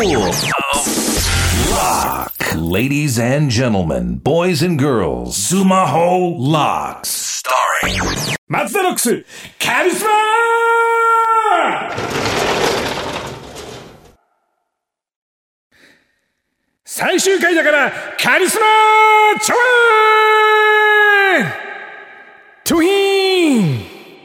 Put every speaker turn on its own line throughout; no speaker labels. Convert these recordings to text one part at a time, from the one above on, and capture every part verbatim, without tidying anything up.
Lock. Ladies and gentlemen, boys and girls, Sumaho Locks. Starring
松田ロックスカリスマ最終回だからカリスマチョイトゥヒー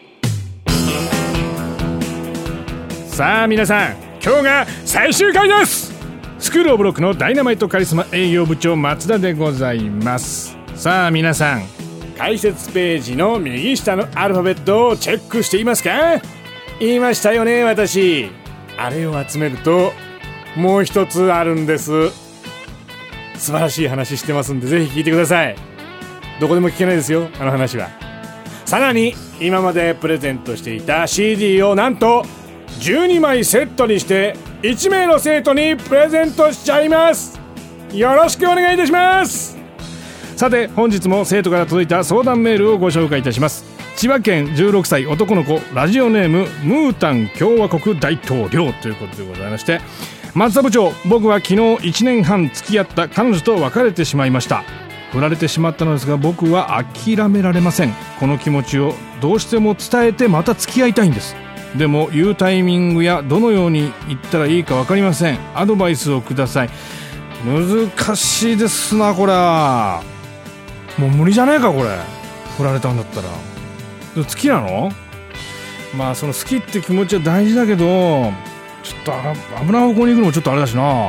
ン。さあ皆さん、今日が最終回です。スクールオブロックのダイナマイトカリスマ営業部長松田でございます。さあ皆さん、解説ページの右下のアルファベットをチェックしていますか？言いましたよね、私。あれを集めるともう一つあるんです。素晴らしい話してますんで、ぜひ聞いてください。どこでも聞けないですよ、あの話は。さらに今までプレゼントしていた シーディー をなんとじゅうにまいセットにしていちめいの生徒にプレゼントしちゃいます。よろしくお願いいたします。さて本日も生徒から届いた相談メールをご紹介いたします。千葉県じゅうろくさい男の子、ラジオネームムータン共和国大統領ということでございまして、松田部長、僕は昨日いちねんはん付き合った彼女と別れてしまいました。振られてしまったのですが、僕は諦められません。この気持ちをどうしても伝えてまた付き合いたいんです。でも言うタイミングやどのように言ったらいいか分かりません。アドバイスをください。難しいですな、これは。もう無理じゃねえか、これ。振られたんだったら。好きなの？まあその好きって気持ちは大事だけど、ちょっと危ない方向に行くのもちょっとあれだしな。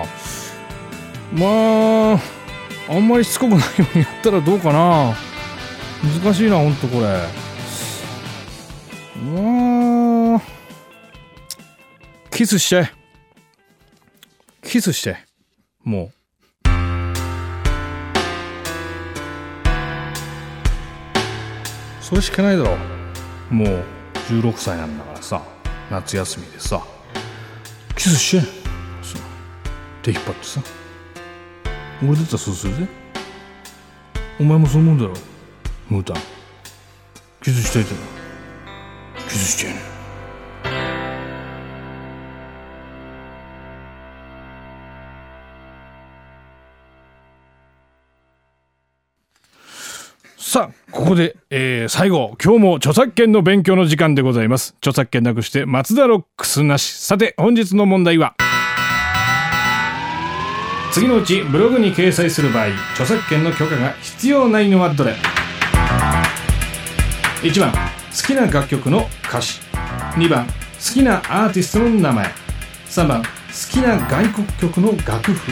まああんまりしつこくないようにやったらどうかな。難しいな、ほんとこれ。まあキスしちゃえ。キスして。もうそれしかないだろう。もうじゅうろくさいなんだからさ、夏休みでさ、キスしちゃえ。そう手引っ張ってさ、俺だったらそうするぜ。お前もそう思うんだろ、ムータン。キスしたいだろ。キスしちゃえね。さあここで、えー、最後、今日も著作権の勉強の時間でございます。著作権なくして松田ロックスなし。さて本日の問題は、次のうちブログに掲載する場合、著作権の許可が必要ないのはどれ？いちばん好きな楽曲の歌詞、にばん好きなアーティストの名前、さんばん好きな外国曲の楽譜。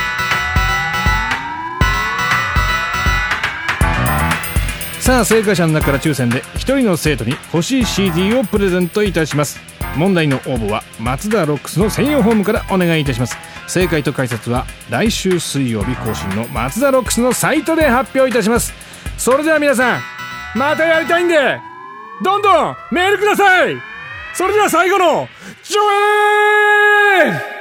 さあ正解者の中から抽選でひとりの生徒に欲しい シーディー をプレゼントいたします。問題の応募は松田ロックスの専用フォームからお願いいたします。正解と解説は来週水曜日更新の松田ロックスのサイトで発表いたします。それでは皆さん、またやりたいんでどんどんメールください。それでは最後のジョエーン